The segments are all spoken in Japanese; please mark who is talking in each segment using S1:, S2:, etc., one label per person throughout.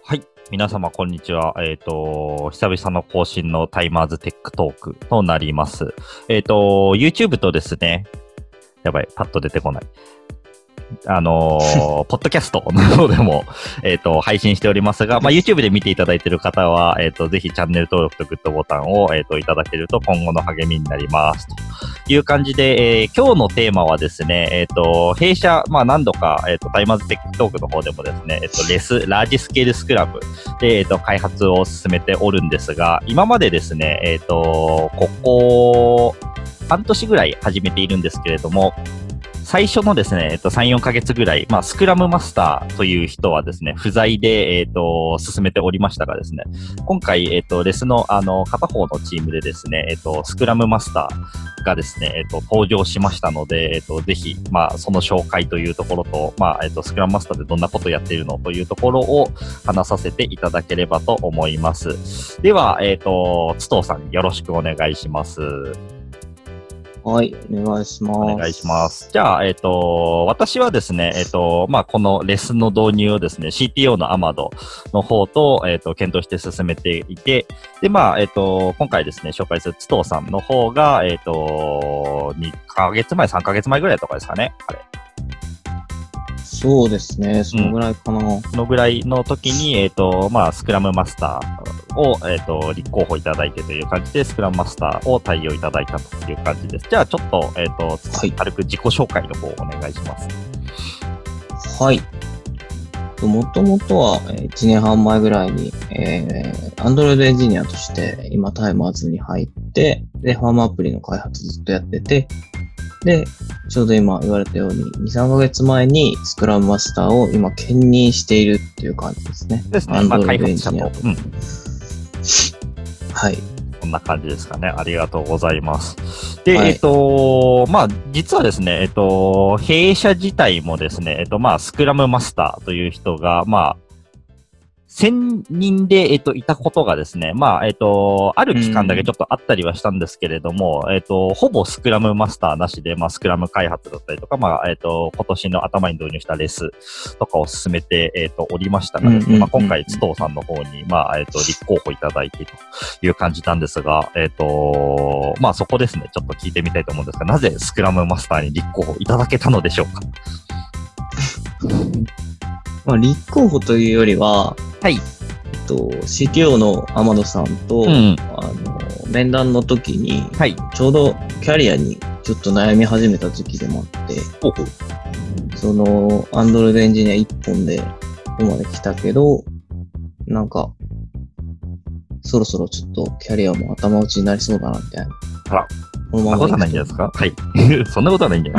S1: はい。皆様、こんにちは。久々の更新のタイマーズテックトークとなります。YouTube とですね、やばい、パッと出てこない。ポッドキャストの方でも、配信しておりますが、YouTube で見ていただいている方は、ぜひチャンネル登録とグッドボタンを、いただけると今後の励みになります。という感じで、今日のテーマはですね、弊社、何度か、タイマーズテックトークの方でもですね、ラージスケールスクラムで、開発を進めておるんですが、今までですね、ここ、半年ぐらい始めているんですけれども、最初のですね、3、4ヶ月ぐらい、スクラムマスターという人はですね、不在で、進めておりましたがですね、今回、レスの、片方のチームでですね、スクラムマスターがですね、登場しましたので、ぜひ、その紹介というところと、スクラムマスターでどんなことをやっているのというところを話させていただければと思います。では、津藤さん、よろしくお願いします。
S2: はい、お願いします。
S1: お願いします。じゃあ、私はですね、このレスの導入をですね、CTO のアマドの方と、検討して進めていて、で、今回ですね、紹介する津藤さんの方が、2ヶ月前、3ヶ月前ぐらいとかですかね、あれ。
S2: そうですね、そのぐらいかな。
S1: そのぐらいの時に、スクラムマスターを、立候補いただいてという感じで、スクラムマスターを対応いただいたという感じです。じゃあ、ちょっと、軽く自己紹介の方をお願いします。
S2: はい。もともとは、1年半前ぐらいに、Android エンジニアとして、今、タイマーズに入って、で、ファームアプリの開発ずっとやってて、で、ちょうど今言われたように、2、3ヶ月前にスクラムマスターを今兼任しているっていう感じですね。
S1: ですね。開発者と。
S2: はい。
S1: こんな感じですかね。ありがとうございます。で、
S2: はい、
S1: 実はですね、弊社自体もですね、スクラムマスターという人が、1000人で、いたことがですね、ある期間だけちょっとあったりはしたんですけれども、ほぼスクラムマスターなしで、スクラム開発だったりとか、今年の頭に導入したレスとかを進めて、おりましたがですね、今回、津藤さんの方に、立候補いただいてという感じなんですが、そこですね、ちょっと聞いてみたいと思うんですが、なぜスクラムマスターに立候補いただけたのでしょうか？
S2: 立候補というよりは、
S1: はい。
S2: CTO の天野さんと、面談の時に、
S1: はい。
S2: ちょうどキャリアにちょっと悩み始めた時期でもあって、その、Android エンジニア一本でここまで来たけど、なんか、そろそろちょっとキャリアも頭打ちになりそうだな、みたいな。
S1: あら、そんなことはないんじゃないですか？はい。そんなことはないんじゃない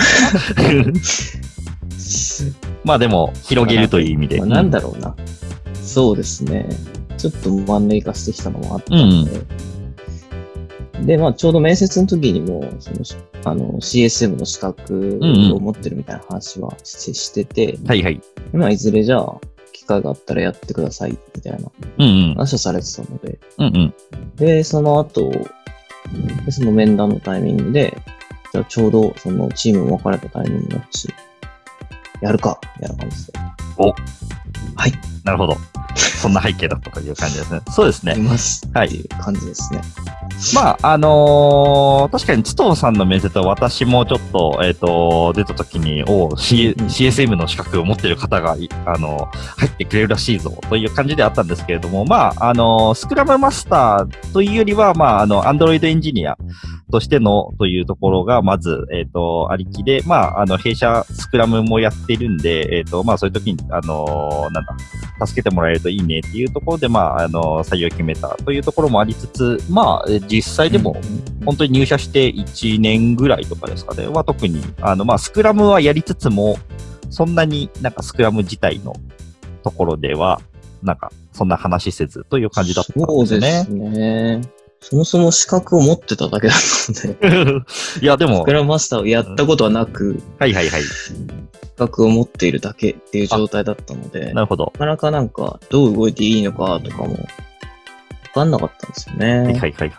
S1: ですか？でも、広げるという意味で。
S2: なんだろうな。そうですね。ちょっとマンネリ化してきたのもあったので。で、ちょうど面接の時にも、CSM の資格を持ってるみたいな話はしてて、
S1: はいはい。
S2: いずれじゃあ、機会があったらやってください、みたいな話をされてたので、で、その後、その面談のタイミングで、じゃあちょうどそのチームも分かれたタイミングだし、やるか、みたいな感じで。
S1: お、
S2: はい。
S1: なるほど。そんな背景だったという感じですね。そうですね。
S2: います。はい。っていう感じですね。
S1: 確かに津藤さんの面接は私もちょっと、出た時に、CSM の資格を持っている方が、入ってくれるらしいぞ、という感じであったんですけれども、スクラムマスターというよりは、Android エンジニアとしてのというところが、まず、ありきで、弊社スクラムもやっているんで、そういう時に、助けてもらえるといいねっていうところで、採用決めたというところもありつつ、実際でも、本当に入社して1年ぐらいとかですかね、は特に、スクラムはやりつつも、そんなにスクラム自体のところでは、そんな話せずという感じだったんですね。
S2: そうですね。そもそも資格を持ってただけだったので。
S1: いや、でも。
S2: スクラムマスターをやったことはなく、
S1: はいはいはい。
S2: 資格を持っているだけっていう状態だったので、
S1: なるほど。
S2: なかなかどう動いていいのかとかも、わかんなかったんですよね。
S1: はいはいはいはい。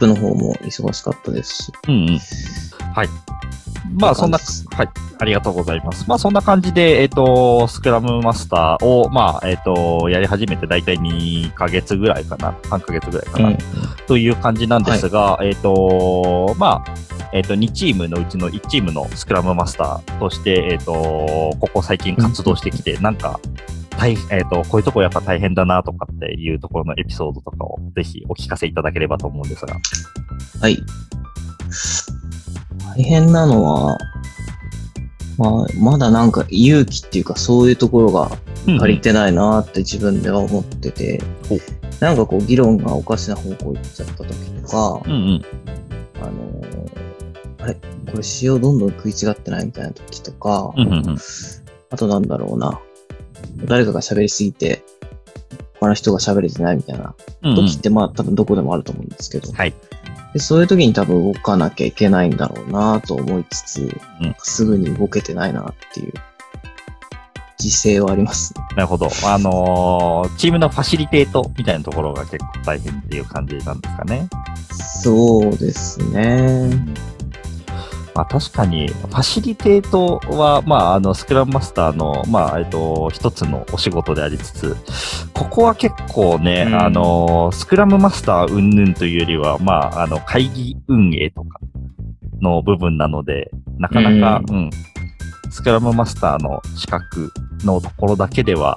S2: アプリのキャッチアップの方も忙しかったですし。
S1: はい。 まあそんな、はい、ありがとうございます。まあそんな感じで、スクラムマスターを、まあ、やり始めてだいたい2ヶ月ぐらいかな、3ヶ月ぐらいかな、という感じなんですが、はい、まあ、2チームのうちの1チームのスクラムマスターとして、ここ最近活動してきて、なんか、こういうとこやっぱ大変だなとかっていうところのエピソードとかをぜひお聞かせいただければと思うんですが。
S2: はい。大変なのは、まだなんか勇気っていうかそういうところが足りてないなって自分では思ってて、なんかこう議論がおかしな方向行っちゃった時とか、あれこれ仕様どんどん食い違ってないみたいな時とか、あとなんだろうな、誰かが喋りすぎて他の人が喋れてないみたいな時ってまあ多分どこでもあると思うんですけど、
S1: はい。
S2: でそういう時に多分動かなきゃいけないんだろうなと思いつつ、すぐに動けてないなっていう自制はありますね。
S1: なるほど。チームのファシリテートみたいなところが結構大変っていう感じなんですかね。
S2: そうですね。
S1: まあ確かに、ファシリテートは、まあ、スクラムマスターの、まあ、一つのお仕事でありつつ、ここは結構ね、スクラムマスター云々というよりは、まあ、会議運営とかの部分なので、なかなか、スクラムマスターの資格のところだけでは、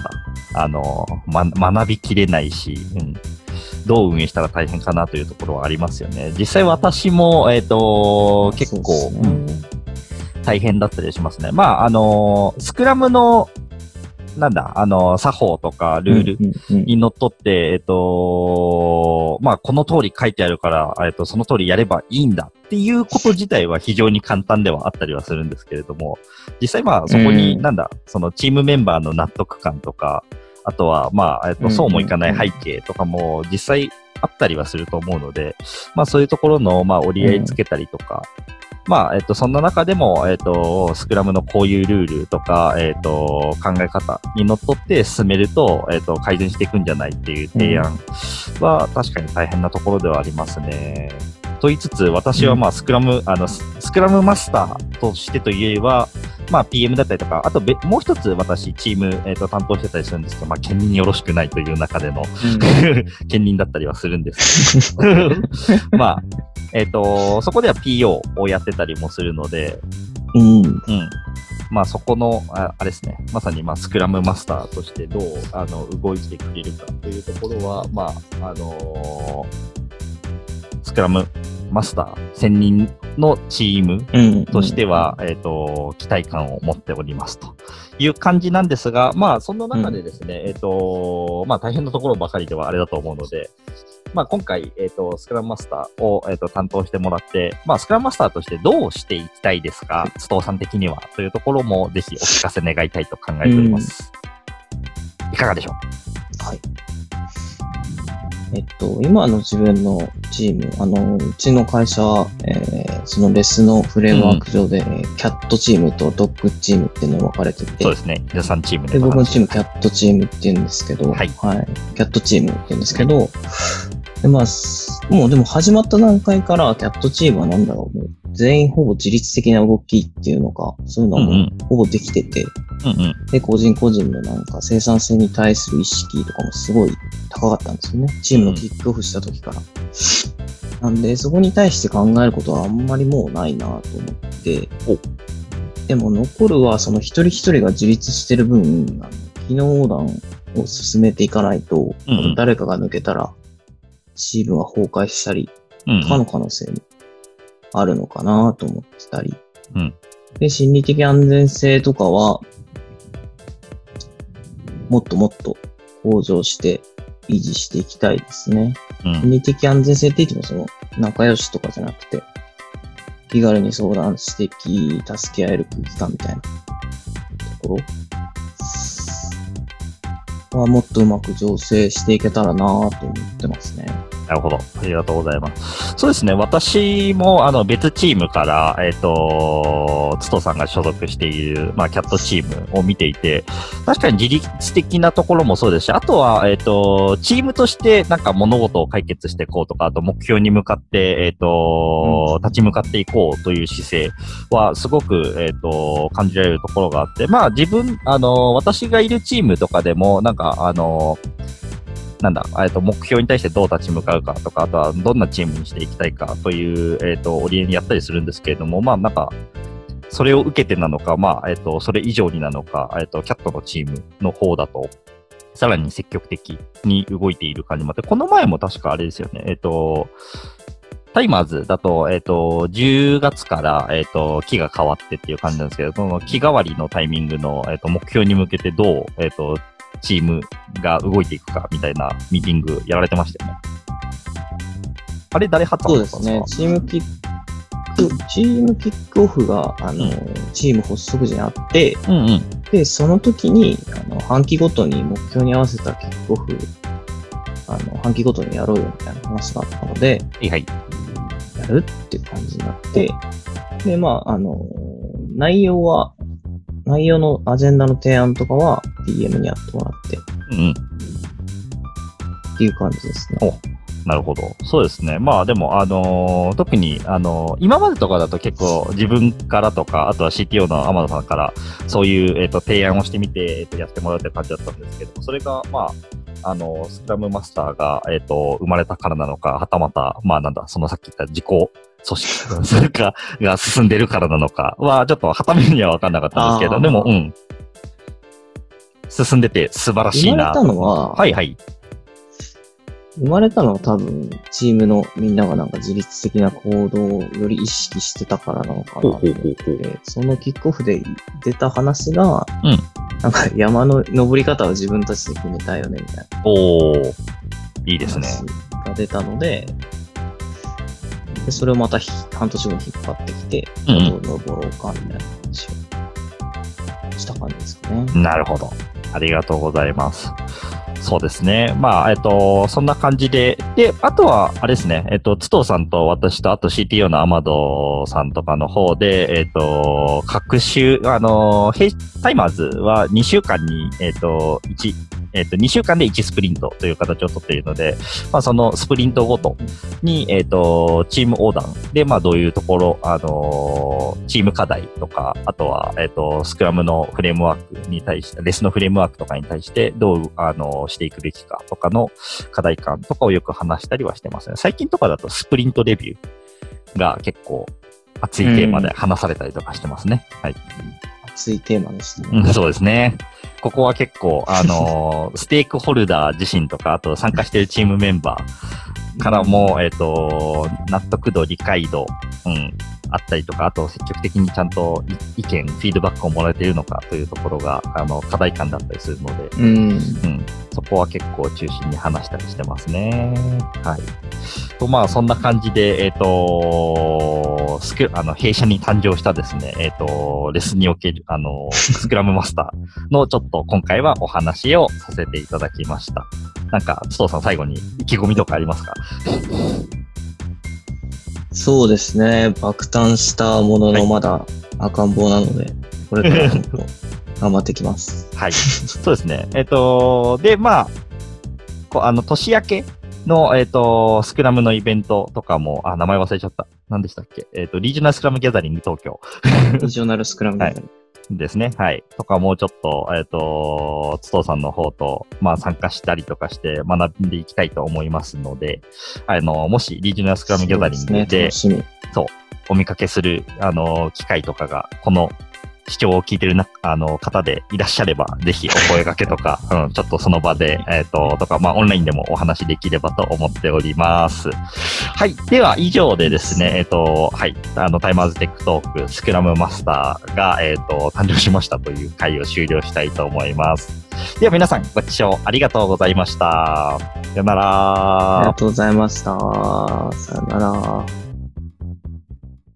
S1: 学びきれないし、どう運営したら大変かなというところはありますよね。実際私も、結構、大変だったりしますね。まあ、スクラムの、作法とかルールにのっとって、まあ、この通り書いてあるから、その通りやればいいんだっていうこと自体は非常に簡単ではあったりはするんですけれども、実際まあ、そこに、そのチームメンバーの納得感とか、あとは、まあ、そうもいかない背景とかも実際あったりはすると思うので、まあそういうところの、まあ折り合いつけたりとか、まあ、そんな中でも、スクラムのこういうルールとか、考え方にのっとって進めると、改善していくんじゃないっていう提案は確かに大変なところではありますね。と言いつつ、私はまあスクラムマスターとしてといえば、まあ PM だったりとか、あともう一つ私チーム、担当してたりするんですけど、まあ兼任よろしくないという中での、兼任だったりはするんですけど、まあ、そこでは PO をやってたりもするので、まあそこの、あれですね、まさにまあスクラムマスターとしてどう動いてくれるかというところは、まあ、スクラムマスター専任のチームとしては、期待感を持っておりますという感じなんですが、まあその中でですね、まあ大変なところばかりではあれだと思うので、まあ今回、スクラムマスターを、担当してもらって、まあスクラムマスターとしてどうしていきたいですか、須藤さん的にはというところもぜひお聞かせ願いたいと考えております。いかがでしょう？
S2: はい。今の自分のチーム、うちの会社は、そのレスのフレームワーク上で、キャットチームとドッグチームっていうのが分かれてて。
S1: そうですね。皆さんチーム
S2: で、僕のチームキャットチームって言うんですけど、はい。キャットチームって言うんですけど、で、まあ、もうでも始まった段階からキャットチームはなんだろう、もう全員ほぼ自律的な動きっていうのか、そういうのはもうほぼできてて、で、個人個人のなんか生産性に対する意識とかもすごい高かったんですよね。チームのキックオフした時から。なんで、そこに対して考えることはあんまりもうないなと思って、でも残るはその一人一人が自立してる分、機能横断を進めていかないと、誰かが抜けたら、チームが崩壊したり、とかの可能性もあるのかなと思ってたり。で、心理的安全性とかは、もっともっと向上して維持していきたいですね。心理的安全性って言ってもその仲良しとかじゃなくて、気軽に相談して助け合える空気感みたいなところはもっとうまく醸成していけたらなぁと思ってますね。
S1: なるほど。ありがとうございます。そうですね。私も、別チームから、 つとさんが所属している、まあ、キャットチームを見ていて、確かに自律的なところもそうですし、あとは、チームとしてなんか物事を解決していこうとか、あと目標に向かって、立ち向かっていこうという姿勢はすごく、感じられるところがあって、まあ自分、私がいるチームとかでも、なんか、目標に対してどう立ち向かうかとか、あとはどんなチームにしていきたいかという、折り合いにやったりするんですけれども、まあなんか、それを受けてなのか、まあ、それ以上になのか、キャットのチームの方だと、さらに積極的に動いている感じもあって、この前も確かあれですよね、タイマーズだと、10月から、期が変わってっていう感じなんですけど、その期替わりのタイミングの、目標に向けてどう、チームが動いていくかみたいなミーティングやられてましたよね。あれ誰発案だったんですか？
S2: そうですね。チームキックオフが、チーム発足時にあって、で、その時に、半期ごとに目標に合わせたキックオフ、半期ごとにやろうよみたいな話があったので、
S1: はい。
S2: やるっていう感じになって、で、まあ、内容のアジェンダの提案とかは DM にやってもらって、っていう感じですね。
S1: なるほど。そうですね。まあでも、特に、今までとかだと結構自分からとか、あとは CTO の天野さんから、そういう、提案をしてみて、やってもらうって感じだったんですけど、それが、まあ、スクラムマスターが、生まれたからなのか、はたまた、まあそのさっき言った自己組織それかが進んでるからなのかは、ちょっとはためには分かんなかったんですけど、でも、進んでて素晴らしいな。
S2: 生まれたのは、生まれたのは多分、チームのみんながなんか自律的な行動をより意識してたからなのかなと思って、そのキックオフで出た話が、なんか山の登り方を自分たちで決めたいよねみたいな。
S1: いいですね。
S2: が出たので、それをまた半年後に引っ張ってきて、どう登ろうかみたいな話をした感じですかね。
S1: なるほど。ありがとうございます。そうですね。まあ、そんな感じで、で、あとは、あれですね、津藤さんと私と、あと CTO のアマドさんとかの方で、各週、タイマーズは2週間に、2週間で1スプリントという形をとっているので、まあ、そのスプリントごとに、チーム横断で、まあ、どういうところ、チーム課題とか、あとは、スクラムのフレームワークに対して、レスのフレームワークとかに対して、どう、していくべきかとかの課題感とかをよく話したりはしてますね。最近とかだとスプリントレビューが結構熱いテーマで話されたりとかしてますね。はい。
S2: 熱いテーマでしたね。
S1: そうですね。ここは結構、ステークホルダー自身とか、あと参加しているチームメンバーからも、納得度、理解度、あったりとか、あと積極的にちゃんと意見、フィードバックをもらえているのかというところが、課題感だったりするので、そこは結構中心に話したりしてますね。はい。と、まあ、そんな感じで、弊社に誕生したですね、レスにおける、スクラムマスターのちょっと今回はお話をさせていただきました。なんか、須藤さん最後に意気込みとかありますか？
S2: そうですね。爆誕したもののまだ赤ん坊なので、これから頑張ってきます。
S1: はい。そうですね。で、まあ、年明けの、スクラムのイベントとかも、名前忘れちゃった。何でしたっけ？リージョナルスクラムギャザリング東京。
S2: リージョナルスクラムギャザリング。
S1: ですね。はい。とかもうちょっと、津藤さんの方と、まあ参加したりとかして学んでいきたいと思いますので、もしリージョナルスクラムギャザリングで、そう、お見かけする、機会とかが、この視聴を聞いてる方でいらっしゃれば、ぜひお声掛けとか、ちょっとその場で、とか、まあ、オンラインでもお話できればと思っております。はい。では、以上でですね、はい。タイマーズテックトーク、スクラムマスターが、誕生しましたという回を終了したいと思います。では、皆さん、ご視聴ありがとうございました。さよなら。
S2: ありがとうございました。さよなら。